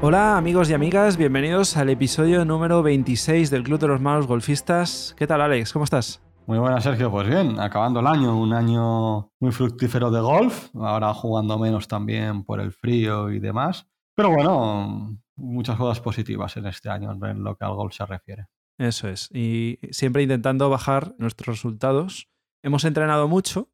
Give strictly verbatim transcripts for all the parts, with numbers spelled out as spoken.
Hola amigos y amigas, bienvenidos al episodio número veintiséis del Club de los Malos Golfistas. ¿Qué tal, Alex? ¿Cómo estás? Muy buenas, Sergio. Pues bien, acabando el año, un año muy fructífero de golf, ahora jugando menos también por el frío y demás. Pero bueno, muchas cosas positivas en este año en lo que al golf se refiere. Eso es, y siempre intentando bajar nuestros resultados. Hemos entrenado mucho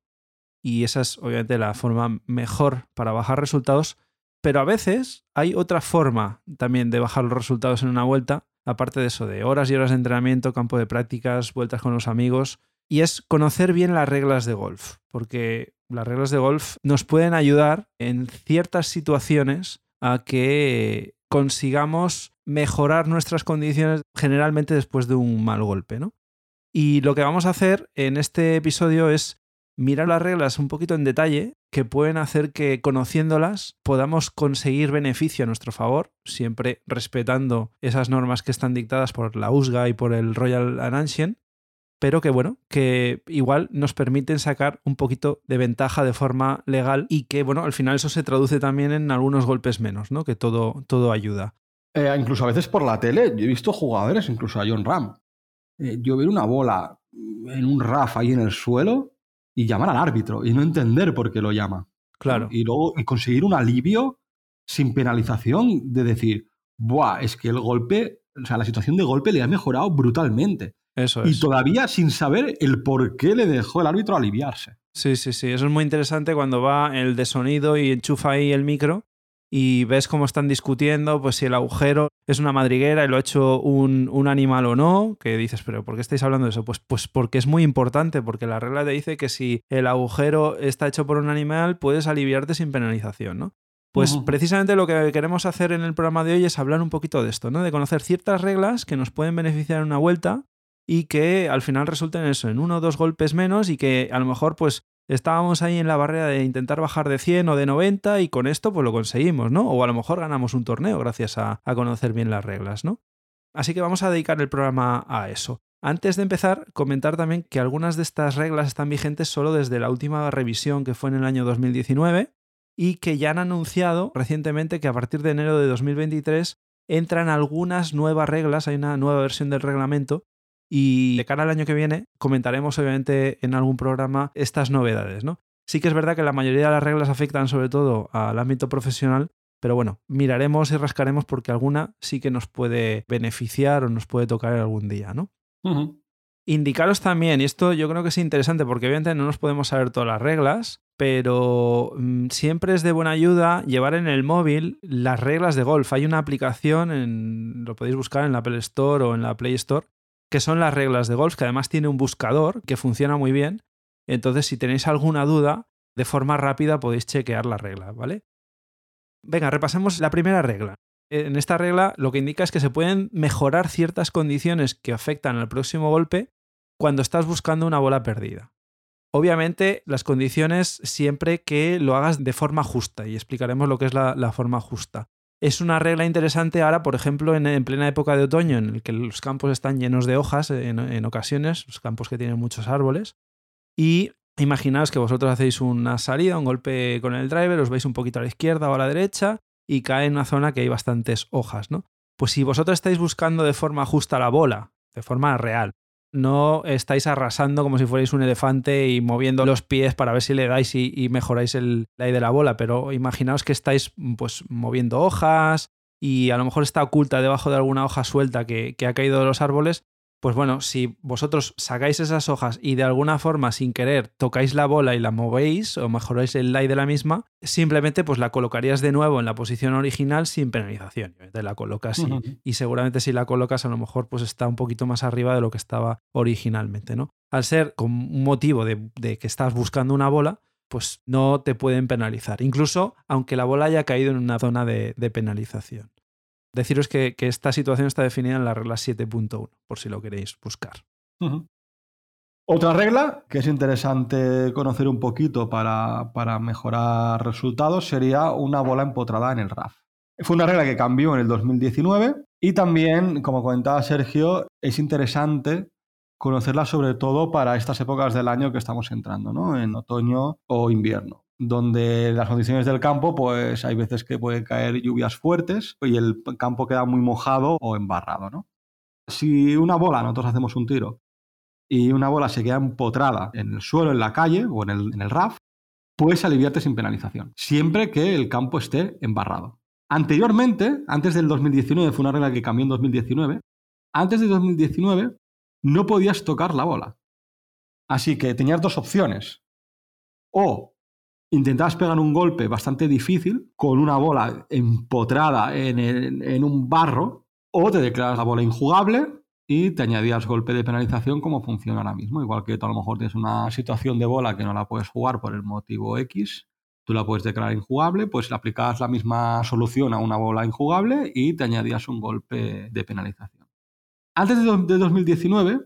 y esa es obviamente la forma mejor para bajar resultados, pero a veces hay otra forma también de bajar los resultados en una vuelta, aparte de eso, de horas y horas de entrenamiento, campo de prácticas, vueltas con los amigos, y es conocer bien las reglas de golf, porque las reglas de golf nos pueden ayudar en ciertas situaciones a que consigamos mejorar nuestras condiciones generalmente después de un mal golpe, ¿no? Y lo que vamos a hacer en este episodio es mirar las reglas un poquito en detalle que pueden hacer que, conociéndolas, podamos conseguir beneficio a nuestro favor, siempre respetando esas normas que están dictadas por la U S G A y por el Royal and Ancient, pero que, bueno, que igual nos permiten sacar un poquito de ventaja de forma legal y que, bueno, al final eso se traduce también en algunos golpes menos, ¿no? Que todo, todo ayuda. Eh, incluso a veces por la tele, yo he visto jugadores, incluso a Jon Rahm, eh, yo ver una bola en un R A F ahí en el suelo y llamar al árbitro y no entender por qué lo llama. Claro. ¿No? Y luego y conseguir un alivio sin penalización de decir, buah, es que el golpe, o sea, la situación de golpe le ha mejorado brutalmente. Eso es. Y todavía sin saber el por qué le dejó el árbitro aliviarse. Sí, sí, sí. Eso es muy interesante cuando va el de sonido y enchufa ahí el micro y ves cómo están discutiendo, pues si el agujero es una madriguera y lo ha hecho un, un animal o no, que dices, pero ¿por qué estáis hablando de eso? Pues, pues porque es muy importante, porque la regla te dice que si el agujero está hecho por un animal, puedes aliviarte sin penalización, ¿no? Pues uh-huh. Precisamente lo que queremos hacer en el programa de hoy es hablar un poquito de esto, ¿no? De conocer ciertas reglas que nos pueden beneficiar en una vuelta y que al final resulten en eso, en uno o dos golpes menos y que a lo mejor pues estábamos ahí en la barrera de intentar bajar de cien o de noventa y con esto pues lo conseguimos, ¿no? O a lo mejor ganamos un torneo gracias a, a conocer bien las reglas, ¿no? Así que vamos a dedicar el programa a eso. Antes de empezar, comentar también que algunas de estas reglas están vigentes solo desde la última revisión que fue en el año dos mil diecinueve y que ya han anunciado recientemente que a partir de enero de dos mil veintitrés entran algunas nuevas reglas, hay una nueva versión del reglamento. Y de cara al año que viene comentaremos obviamente en algún programa estas novedades, ¿no? Sí que es verdad que la mayoría de las reglas afectan sobre todo al ámbito profesional, pero bueno, miraremos y rascaremos porque alguna sí que nos puede beneficiar o nos puede tocar algún día, ¿no? Uh-huh. Indicaros también, y esto yo creo que es interesante porque obviamente no nos podemos saber todas las reglas, pero mmm, siempre es de buena ayuda llevar en el móvil las reglas de golf. Hay una aplicación, en, lo podéis buscar en la Apple Store o en la Play Store, que son las reglas de golf, que además tiene un buscador que funciona muy bien. Entonces, si tenéis alguna duda, de forma rápida podéis chequear la regla, ¿vale? Venga, repasemos la primera regla. En esta regla lo que indica es que se pueden mejorar ciertas condiciones que afectan al próximo golpe cuando estás buscando una bola perdida. Obviamente, las condiciones siempre que lo hagas de forma justa, y explicaremos lo que es la, la forma justa. Es una regla interesante ahora, por ejemplo, en, en plena época de otoño, en el que los campos están llenos de hojas en, en ocasiones, los campos que tienen muchos árboles. Y imaginaos que vosotros hacéis una salida, un golpe con el driver, os vais un poquito a la izquierda o a la derecha y cae en una zona que hay bastantes hojas, ¿no? Pues si vosotros estáis buscando de forma justa la bola, de forma real, no estáis arrasando como si fuerais un elefante y moviendo los pies para ver si le dais y, y mejoráis el lay de la bola, pero imaginaos que estáis pues moviendo hojas y a lo mejor está oculta debajo de alguna hoja suelta que, que ha caído de los árboles. Pues bueno, si vosotros sacáis esas hojas y de alguna forma sin querer tocáis la bola y la movéis o mejoráis el lay de la misma, simplemente pues la colocarías de nuevo en la posición original sin penalización. Te la colocas y, uh-huh. y seguramente si la colocas a lo mejor pues está un poquito más arriba de lo que estaba originalmente, ¿no? Al ser con un motivo de, de que estás buscando una bola, pues no te pueden penalizar, incluso aunque la bola haya caído en una zona de, de penalización. Deciros que, que esta situación está definida en la regla siete punto uno, por si lo queréis buscar. Uh-huh. Otra regla que es interesante conocer un poquito para, para mejorar resultados sería una bola empotrada en el R A F. Fue una regla que cambió en el dos mil diecinueve y también, como comentaba Sergio, es interesante conocerla sobre todo para estas épocas del año que estamos entrando, ¿no? En otoño o invierno. donde las condiciones del campo, pues hay veces que pueden caer lluvias fuertes y el campo queda muy mojado o embarrado, ¿no? Si una bola, nosotros hacemos un tiro, y una bola se queda empotrada en el suelo, en la calle o en el, en el R A F, puedes aliviarte sin penalización, siempre que el campo esté embarrado. Anteriormente, antes del dos mil diecinueve, fue una regla que cambió en dos mil diecinueve, antes de dos mil diecinueve no podías tocar la bola. Así que tenías dos opciones. O intentabas pegar un golpe bastante difícil con una bola empotrada en, el, en un barro, o te declaras la bola injugable y te añadías golpe de penalización como funciona ahora mismo. Igual que tú a lo mejor tienes una situación de bola que no la puedes jugar por el motivo X, tú la puedes declarar injugable, pues le aplicabas la misma solución a una bola injugable y te añadías un golpe de penalización. Antes de, de dos mil diecinueve,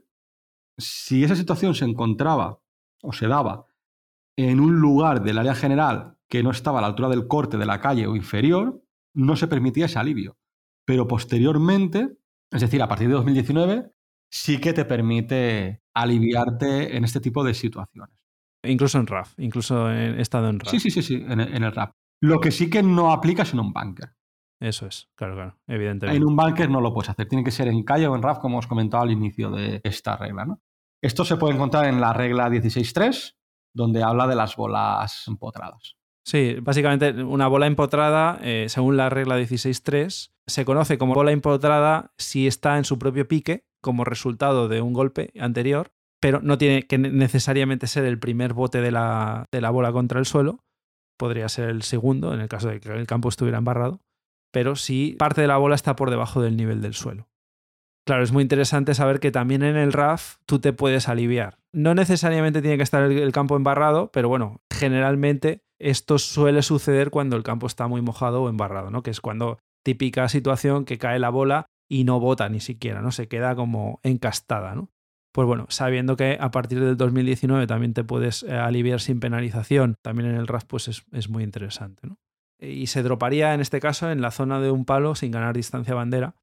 si esa situación se encontraba o se daba en un lugar del área general que no estaba a la altura del corte de la calle o inferior, no se permitía ese alivio. Pero posteriormente, es decir, a partir de dos mil diecinueve, sí que te permite aliviarte en este tipo de situaciones. Incluso en R A F, incluso en estado en R A F. Sí, sí, sí, sí, en, en el R A F. Lo que sí que no aplica es en un bunker. Eso es, claro, claro, evidentemente. En un bunker no lo puedes hacer, tiene que ser en calle o en R A F, como os comentaba al inicio de esta regla, ¿no? Esto se puede encontrar en la regla dieciséis punto tres, donde habla de las bolas empotradas. Sí, básicamente una bola empotrada, eh, según la regla dieciséis punto tres, se conoce como bola empotrada si está en su propio pique como resultado de un golpe anterior, pero no tiene que necesariamente ser el primer bote de la, de la bola contra el suelo, podría ser el segundo en el caso de que el campo estuviera embarrado, pero si parte de la bola está por debajo del nivel del suelo. Claro, es muy interesante saber que también en el R A F tú te puedes aliviar. No necesariamente tiene que estar el, el campo embarrado, pero bueno, generalmente esto suele suceder cuando el campo está muy mojado o embarrado, ¿no? Que es cuando típica situación que cae la bola y no bota ni siquiera, ¿no? Se queda como encastada, ¿no? Pues bueno, sabiendo que a partir del dos mil diecinueve también te puedes eh, aliviar sin penalización, también en el R A F, pues es, es muy interesante, ¿no? Y se droparía en este caso en la zona de un palo sin ganar distancia bandera.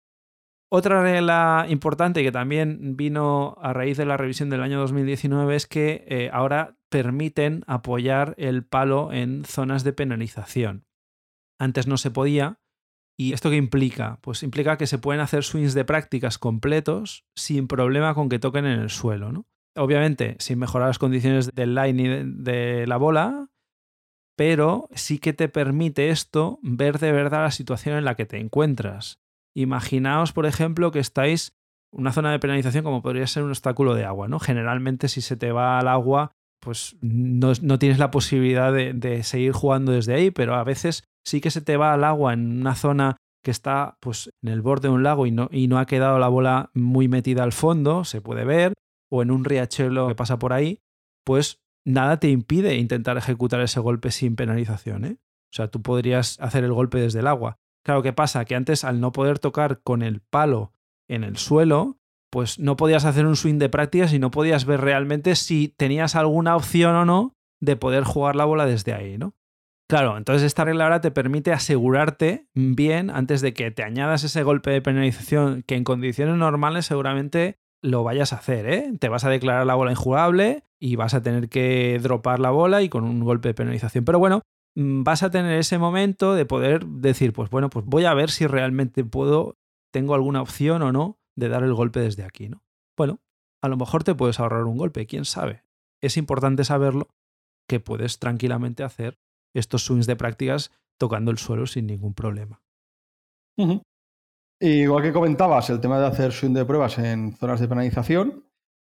Otra regla importante que también vino a raíz de la revisión del año dos mil diecinueve es que eh, ahora permiten apoyar el palo en zonas de penalización. Antes no se podía. ¿Y esto qué implica? Pues implica que se pueden hacer swings de prácticas completos sin problema con que toquen en el suelo, ¿no? Obviamente sin mejorar las condiciones del line y de, de la bola, pero sí que te permite esto ver de verdad la situación en la que te encuentras. Imaginaos, por ejemplo, que estáis en una zona de penalización como podría ser un obstáculo de agua, ¿no? Generalmente si se te va al agua, pues no, no tienes la posibilidad de, de seguir jugando desde ahí, pero a veces sí que se te va al agua en una zona que está pues, en el borde de un lago y no, y no ha quedado la bola muy metida al fondo, se puede ver, o en un riachuelo que pasa por ahí, pues nada te impide intentar ejecutar ese golpe sin penalización, ¿eh? O sea, tú podrías hacer el golpe desde el agua. Claro, ¿qué pasa? Que antes, al no poder tocar con el palo en el suelo, pues no podías hacer un swing de prácticas y no podías ver realmente si tenías alguna opción o no de poder jugar la bola desde ahí, ¿no? Claro, entonces esta regla ahora te permite asegurarte bien antes de que te añadas ese golpe de penalización que en condiciones normales seguramente lo vayas a hacer, ¿eh? Te vas a declarar la bola injugable y vas a tener que dropar la bola y con un golpe de penalización. Pero bueno, vas a tener ese momento de poder decir, pues bueno, pues voy a ver si realmente puedo, tengo alguna opción o no de dar el golpe desde aquí, ¿no? Bueno, a lo mejor te puedes ahorrar un golpe, quién sabe. Es importante saberlo, que puedes tranquilamente hacer estos swings de prácticas tocando el suelo sin ningún problema. Uh-huh. Igual que comentabas, el tema de hacer swing de pruebas en zonas de penalización,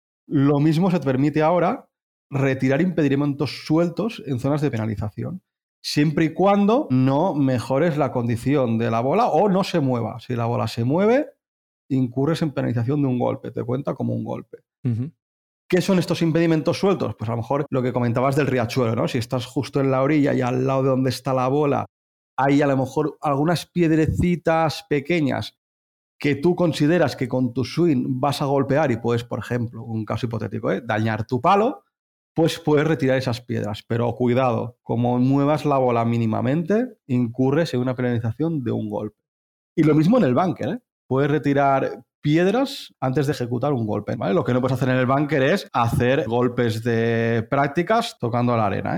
lo mismo se te permite ahora retirar impedimentos sueltos en zonas de penalización, siempre y cuando no mejores la condición de la bola o no se mueva. Si la bola se mueve, incurres en penalización de un golpe, te cuenta como un golpe. Uh-huh. ¿Qué son estos impedimentos sueltos? Pues a lo mejor lo que comentabas del riachuelo, ¿no? Si estás justo en la orilla y al lado de donde está la bola hay a lo mejor algunas piedrecitas pequeñas que tú consideras que con tu swing vas a golpear y puedes, por ejemplo, un caso hipotético, ¿eh? dañar tu palo, pues puedes retirar esas piedras. Pero cuidado, como muevas la bola mínimamente, incurres en una penalización de un golpe. Y lo mismo en el bunker, ¿eh? Puedes retirar piedras antes de ejecutar un golpe, ¿vale? Lo que no puedes hacer en el bunker es hacer golpes de prácticas tocando la arena, ¿eh?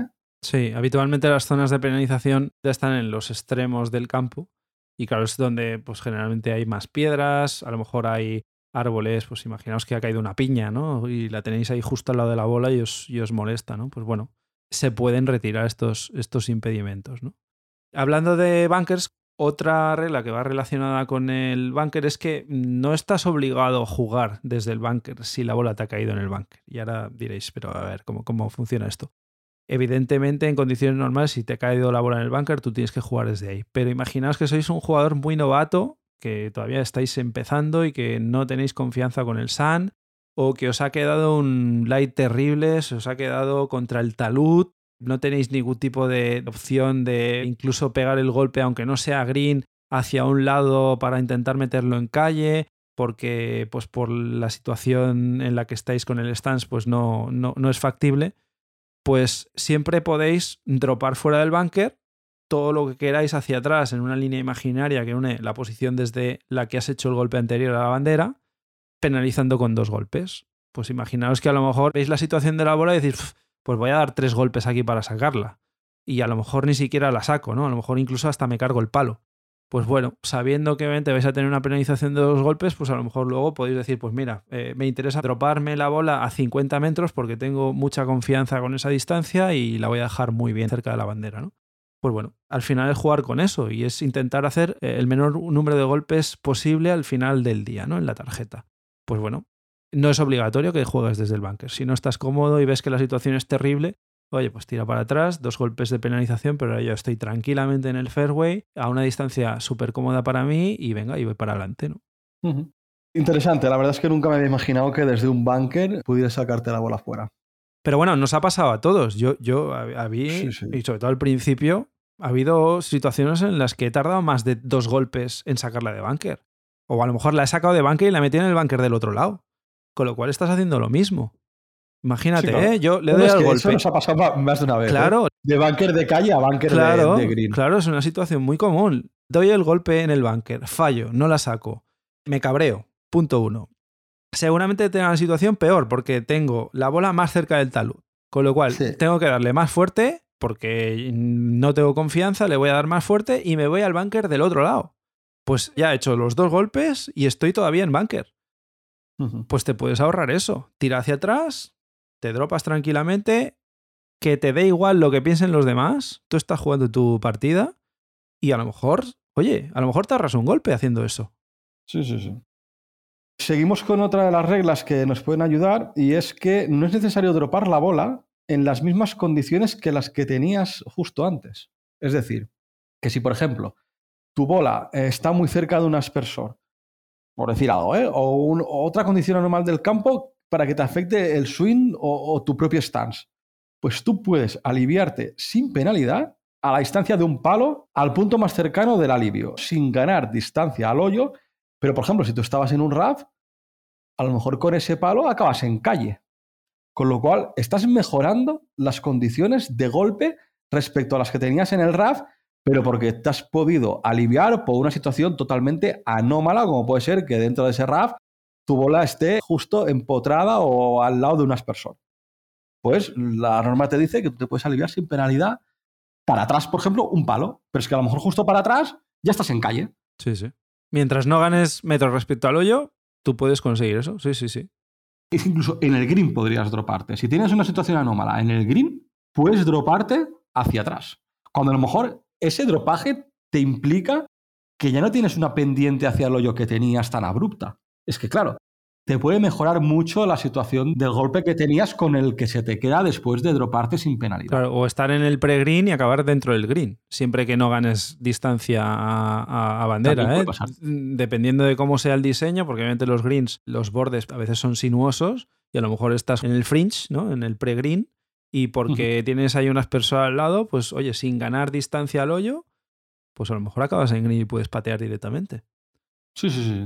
Sí, habitualmente las zonas de penalización ya están en los extremos del campo y claro, es donde pues generalmente hay más piedras, a lo mejor hay árboles, pues imaginaos que ha caído una piña, ¿no? Y la tenéis ahí justo al lado de la bola y os, y os molesta, ¿no? Pues bueno, se pueden retirar estos, estos impedimentos, ¿no? Hablando de bunkers, otra regla que va relacionada con el bunker es que no estás obligado a jugar desde el bunker si la bola te ha caído en el bunker. Y ahora diréis, pero a ver, ¿cómo, cómo funciona esto? Evidentemente, en condiciones normales, si te ha caído la bola en el bunker, tú tienes que jugar desde ahí. Pero imaginaos que sois un jugador muy novato, que todavía estáis empezando y que no tenéis confianza con el sand, o que os ha quedado un light terrible, se os ha quedado contra el talud, no tenéis ningún tipo de opción de incluso pegar el golpe, aunque no sea green, hacia un lado para intentar meterlo en calle, porque pues por la situación en la que estáis con el stance, pues no, no, no es factible. Pues siempre podéis dropar fuera del bunker todo lo que queráis hacia atrás en una línea imaginaria que une la posición desde la que has hecho el golpe anterior a la bandera, penalizando con dos golpes. Pues imaginaos que a lo mejor veis la situación de la bola y decís, pues voy a dar tres golpes aquí para sacarla. Y a lo mejor ni siquiera la saco, ¿no? A lo mejor incluso hasta me cargo el palo. Pues bueno, sabiendo que obviamente vais a tener una penalización de dos golpes, pues a lo mejor luego podéis decir, pues mira, eh, me interesa droparme la bola a cincuenta metros porque tengo mucha confianza con esa distancia y la voy a dejar muy bien cerca de la bandera, ¿no? Pues bueno, al final es jugar con eso y es intentar hacer el menor número de golpes posible al final del día, ¿no? En la tarjeta. Pues bueno, no es obligatorio que juegues desde el bunker. Si no estás cómodo y ves que la situación es terrible, oye, pues tira para atrás, dos golpes de penalización, pero ahora yo estoy tranquilamente en el fairway, a una distancia súper cómoda para mí y venga, y voy para adelante, ¿no? Uh-huh. Interesante, la verdad es que nunca me había imaginado que desde un bunker pudieras sacarte la bola fuera. Pero bueno, nos ha pasado a todos. Yo, yo había, sí, sí. Y sobre todo al principio, ha habido situaciones en las que he tardado más de dos golpes en sacarla de bunker. O a lo mejor la he sacado de bunker y la he metido en el bunker del otro lado. Con lo cual estás haciendo lo mismo. Imagínate, sí, claro. ¿eh? Yo le doy bueno, al es que golpe. Eso nos ha pasado más de una vez. Claro. ¿eh? De bunker de calle a bunker claro, de, de green. Claro, es una situación muy común. Doy el golpe en el bunker, fallo, no la saco. Me cabreo. Punto uno. Seguramente tenga una situación peor porque tengo la bola más cerca del talud. Con lo cual, sí. tengo que darle más fuerte porque no tengo confianza, le voy a dar más fuerte y me voy al bunker del otro lado. Pues ya he hecho los dos golpes y estoy todavía en bunker. Uh-huh. Pues te puedes ahorrar eso. Tira hacia atrás, te dropas tranquilamente, que te dé igual lo que piensen los demás. Tú estás jugando tu partida y a lo mejor, oye, a lo mejor te ahorras un golpe haciendo eso. Sí, sí, sí. Seguimos con otra de las reglas que nos pueden ayudar y es que no es necesario dropar la bola en las mismas condiciones que las que tenías justo antes. Es decir, que si, por ejemplo, tu bola está muy cerca de un aspersor, por decir algo, ¿eh? o, un, o otra condición anormal del campo para que te afecte el swing o, o tu propio stance, pues tú puedes aliviarte sin penalidad a la distancia de un palo al punto más cercano del alivio, sin ganar distancia al hoyo. Pero, por ejemplo, si tú estabas en un rough, a lo mejor con ese palo acabas en calle. Con lo cual, estás mejorando las condiciones de golpe respecto a las que tenías en el rough, pero porque te has podido aliviar por una situación totalmente anómala, como puede ser que dentro de ese rough tu bola esté justo empotrada o al lado de un aspersor. Pues la norma te dice que tú te puedes aliviar sin penalidad para atrás, por ejemplo, un palo. Pero es que a lo mejor justo para atrás ya estás en calle. Sí, sí. Mientras no ganes metros respecto al hoyo, tú puedes conseguir eso. Sí, sí, sí. Incluso en el green podrías droparte. Si tienes una situación anómala en el green, puedes droparte hacia atrás. Cuando a lo mejor ese dropaje te implica que ya no tienes una pendiente hacia el hoyo que tenías tan abrupta. Es que, claro, te puede mejorar mucho la situación del golpe que tenías con el que se te queda después de droparte sin penalidad. Claro, o estar en el pre-green y acabar dentro del green, siempre que no ganes distancia a, a, a bandera, ¿eh? Dependiendo de cómo sea el diseño, porque obviamente los greens, los bordes a veces son sinuosos y a lo mejor estás en el fringe, ¿no? En el pre-green, y porque uh-huh. tienes ahí unas personas al lado, pues oye, sin ganar distancia al hoyo, pues a lo mejor acabas en green y puedes patear directamente. Sí, sí, sí.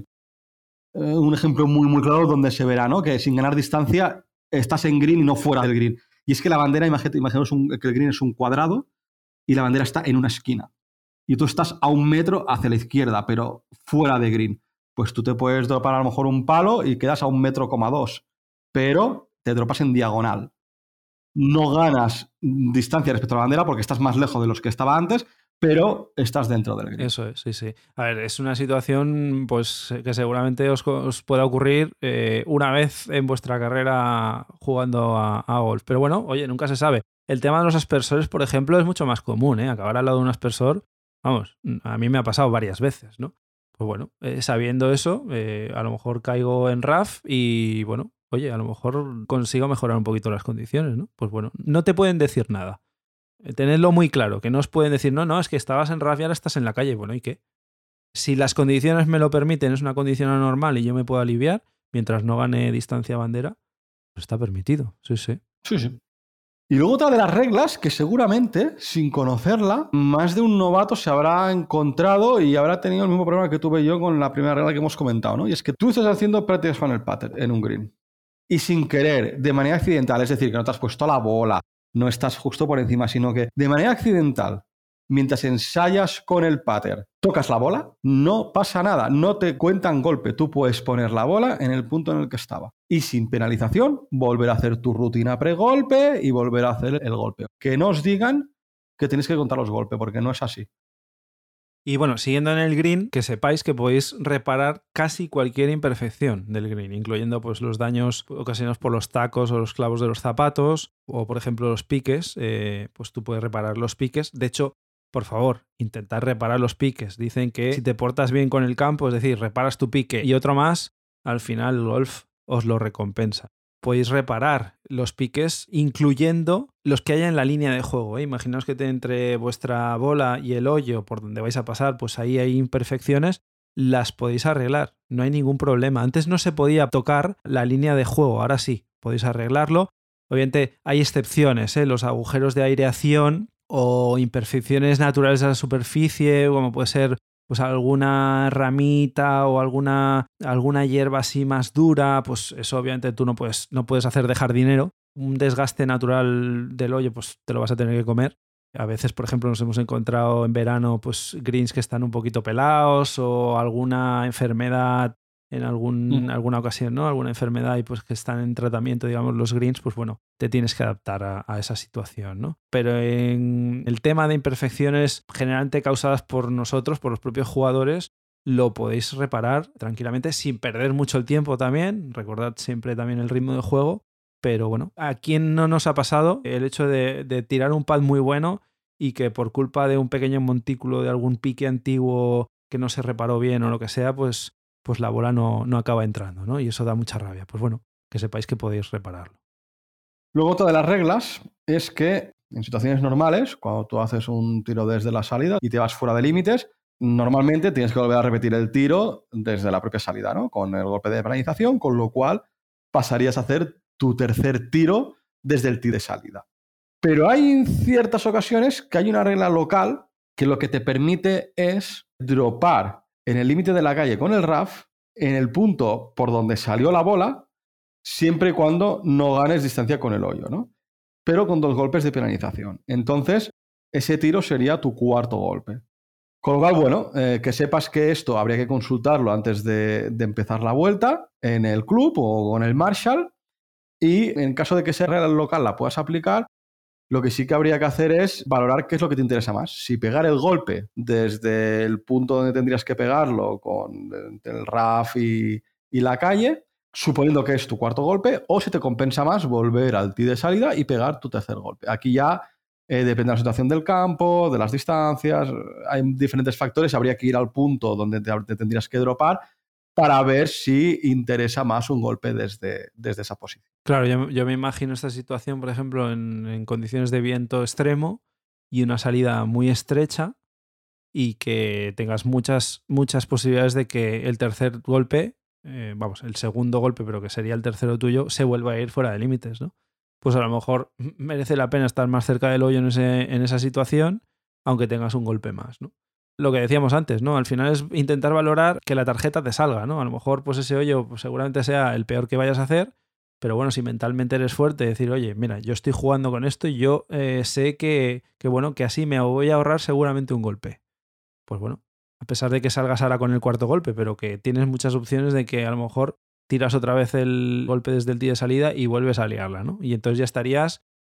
Un ejemplo muy, muy claro donde se verá, ¿no? Que sin ganar distancia estás en green y no fuera del green. Y es que la bandera, imagínate, imaginaos un, que el green es un cuadrado y la bandera está en una esquina. Y tú estás a un metro hacia la izquierda, pero fuera de green. Pues tú te puedes dropar a lo mejor un palo y quedas a un metro coma dos. Pero te dropas en diagonal. No ganas distancia respecto a la bandera porque estás más lejos de los que estaba antes, pero estás dentro del green. Eso es, sí, sí. A ver, es una situación pues que seguramente os, os pueda ocurrir eh, una vez en vuestra carrera jugando a, a golf. Pero bueno, oye, nunca se sabe. El tema de los aspersores, por ejemplo, es mucho más común, ¿eh? Acabar al lado de un aspersor, vamos, a mí me ha pasado varias veces, ¿no? Pues bueno, eh, sabiendo eso, eh, a lo mejor caigo en R A F y bueno, oye, a lo mejor consigo mejorar un poquito las condiciones, ¿no? Pues bueno, no te pueden decir nada. Tenedlo muy claro, que no os pueden decir, no, no, es que estabas en R A F y ahora estás en la calle. Bueno, ¿y qué? Si las condiciones me lo permiten, es una condición anormal y yo me puedo aliviar, mientras no gane distancia bandera, pues está permitido. Sí, sí. Sí, sí. Y luego otra de las reglas que seguramente, sin conocerla, más de un novato se habrá encontrado y habrá tenido el mismo problema que tuve yo con la primera regla que hemos comentado, ¿no? Y es que tú estás haciendo prácticas con el putter en un green y sin querer, de manera accidental, es decir, que no te has puesto la bola, no estás justo por encima, sino que de manera accidental, mientras ensayas con el putter, tocas la bola, no pasa nada, no te cuentan golpe, tú puedes poner la bola en el punto en el que estaba. Y sin penalización, volver a hacer tu rutina pre-golpe y volver a hacer el golpe. Que no os digan que tenéis que contar los golpes, porque no es así. Y bueno, siguiendo en el green, que sepáis que podéis reparar casi cualquier imperfección del green, incluyendo pues, los daños ocasionados por los tacos o los clavos de los zapatos, o por ejemplo los piques, eh, pues tú puedes reparar los piques. De hecho, por favor, intentad reparar los piques. Dicen que si te portas bien con el campo, es decir, reparas tu pique y otro más, al final el golf os lo recompensa. Podéis reparar los piques incluyendo los que haya en la línea de juego, ¿eh? Imaginaos que entre vuestra bola y el hoyo por donde vais a pasar, pues ahí hay imperfecciones, las podéis arreglar, no hay ningún problema. Antes no se podía tocar la línea de juego, ahora sí, podéis arreglarlo. Obviamente hay excepciones, ¿eh? Los agujeros de aireación o imperfecciones naturales de la superficie, como puede ser pues alguna ramita o alguna, alguna hierba así más dura, pues eso obviamente tú no puedes, no puedes hacer de jardinero. Un desgaste natural del hoyo, pues te lo vas a tener que comer. A veces, por ejemplo, nos hemos encontrado en verano pues greens que están un poquito pelados o alguna enfermedad en algún, Mm. alguna ocasión, ¿no? Alguna enfermedad y pues que están en tratamiento, digamos, los greens, pues bueno, te tienes que adaptar a, a esa situación, ¿no? Pero en el tema de imperfecciones generalmente causadas por nosotros, por los propios jugadores, lo podéis reparar tranquilamente sin perder mucho el tiempo también. Recordad siempre también el ritmo de juego. Pero bueno, ¿a quién no nos ha pasado el hecho de, de tirar un pad muy bueno y que por culpa de un pequeño montículo de algún pique antiguo que no se reparó bien o lo que sea, pues pues la bola no, no acaba entrando, ¿no? Y eso da mucha rabia. Pues bueno, que sepáis que podéis repararlo. Luego, otra de las reglas es que en situaciones normales, cuando tú haces un tiro desde la salida y te vas fuera de límites, normalmente tienes que volver a repetir el tiro desde la propia salida, ¿no? Con el golpe de penalización, con lo cual pasarías a hacer tu tercer tiro desde el tee de salida. Pero hay en ciertas ocasiones que hay una regla local que lo que te permite es dropar en el límite de la calle con el R A F en el punto por donde salió la bola, siempre y cuando no ganes distancia con el hoyo, ¿no? Pero con dos golpes de penalización. Entonces, ese tiro sería tu cuarto golpe. Con lo cual, bueno, eh, que sepas que esto habría que consultarlo antes de, de empezar la vuelta en el club o con el Marshall. Y en caso de que esa regla local la puedas aplicar, lo que sí que habría que hacer es valorar qué es lo que te interesa más. Si pegar el golpe desde el punto donde tendrías que pegarlo, con entre el R A F y, y la calle, suponiendo que es tu cuarto golpe, o si te compensa más volver al tee de salida y pegar tu tercer golpe. Aquí ya eh, depende de la situación del campo, de las distancias, hay diferentes factores, habría que ir al punto donde te, te tendrías que dropar para ver si interesa más un golpe desde, desde esa posición. Claro, yo, yo me imagino esta situación, por ejemplo, en, en condiciones de viento extremo y una salida muy estrecha y que tengas muchas, muchas posibilidades de que el tercer golpe, eh, vamos, el segundo golpe, pero que sería el tercero tuyo, se vuelva a ir fuera de límites, ¿no? Pues a lo mejor merece la pena estar más cerca del hoyo en, ese, en esa situación, aunque tengas un golpe más, ¿no? Lo que decíamos antes, ¿no? Al final es intentar valorar que la tarjeta te salga, ¿no? A lo mejor pues ese hoyo pues, seguramente sea el peor que vayas a hacer, pero bueno, si mentalmente eres fuerte, decir, oye, mira, yo estoy jugando con esto y yo eh, sé que, que, bueno, que así me voy a ahorrar seguramente un golpe. Pues bueno, a pesar de que salgas ahora con el cuarto golpe, pero que tienes muchas opciones de que a lo mejor tiras otra vez el golpe desde el tee de salida y vuelves a liarla, ¿no? Y entonces ya estarías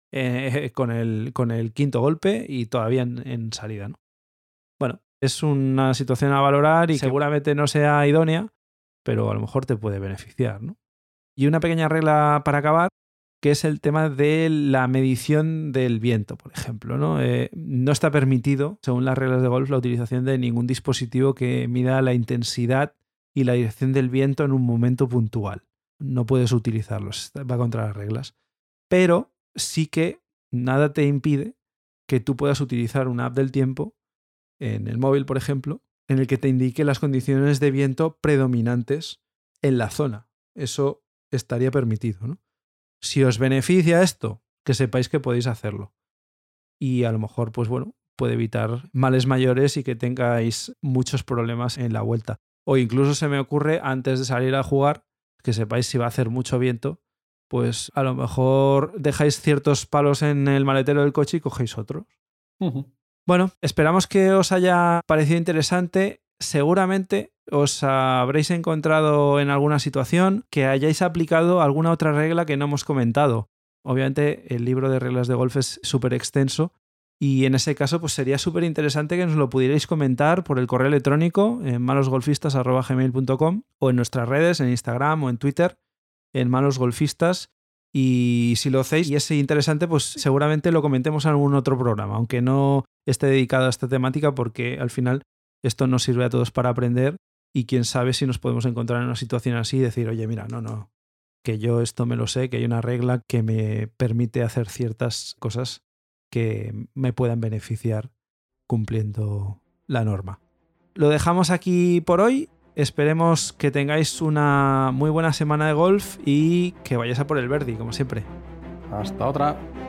eh, con, el, con el quinto golpe y todavía en, en salida, ¿no? Bueno, es una situación a valorar y seguramente no sea idónea, pero a lo mejor te puede beneficiar, ¿no? Y una pequeña regla para acabar, que es el tema de la medición del viento, por ejemplo, ¿no? Eh, no está permitido, según las reglas de golf, la utilización de ningún dispositivo que mida la intensidad y la dirección del viento en un momento puntual. No puedes utilizarlos, va contra las reglas. Pero sí que nada te impide que tú puedas utilizar una app del tiempo en el móvil, por ejemplo, en el que te indique las condiciones de viento predominantes en la zona. Eso estaría permitido, ¿no? Si os beneficia esto, que sepáis que podéis hacerlo. Y a lo mejor, pues bueno, puede evitar males mayores y que tengáis muchos problemas en la vuelta. O incluso se me ocurre, antes de salir a jugar, que sepáis si va a hacer mucho viento, pues a lo mejor dejáis ciertos palos en el maletero del coche y cogéis otros. Uh-huh. Bueno, esperamos que os haya parecido interesante. Seguramente os habréis encontrado en alguna situación que hayáis aplicado alguna otra regla que no hemos comentado. Obviamente el libro de reglas de golf es súper extenso y en ese caso pues sería súper interesante que nos lo pudierais comentar por el correo electrónico en malosgolfistas arroba gmail punto com o en nuestras redes, en Instagram o en Twitter, en malosgolfistas. Y si lo hacéis y es interesante, pues seguramente lo comentemos en algún otro programa, aunque no esté dedicado a esta temática, porque al final esto nos sirve a todos para aprender y quién sabe si nos podemos encontrar en una situación así y decir, oye, mira, no, no, que yo esto me lo sé, que hay una regla que me permite hacer ciertas cosas que me puedan beneficiar cumpliendo la norma. Lo dejamos aquí por hoy. Esperemos que tengáis una muy buena semana de golf y que vayáis a por el birdie, como siempre. Hasta otra.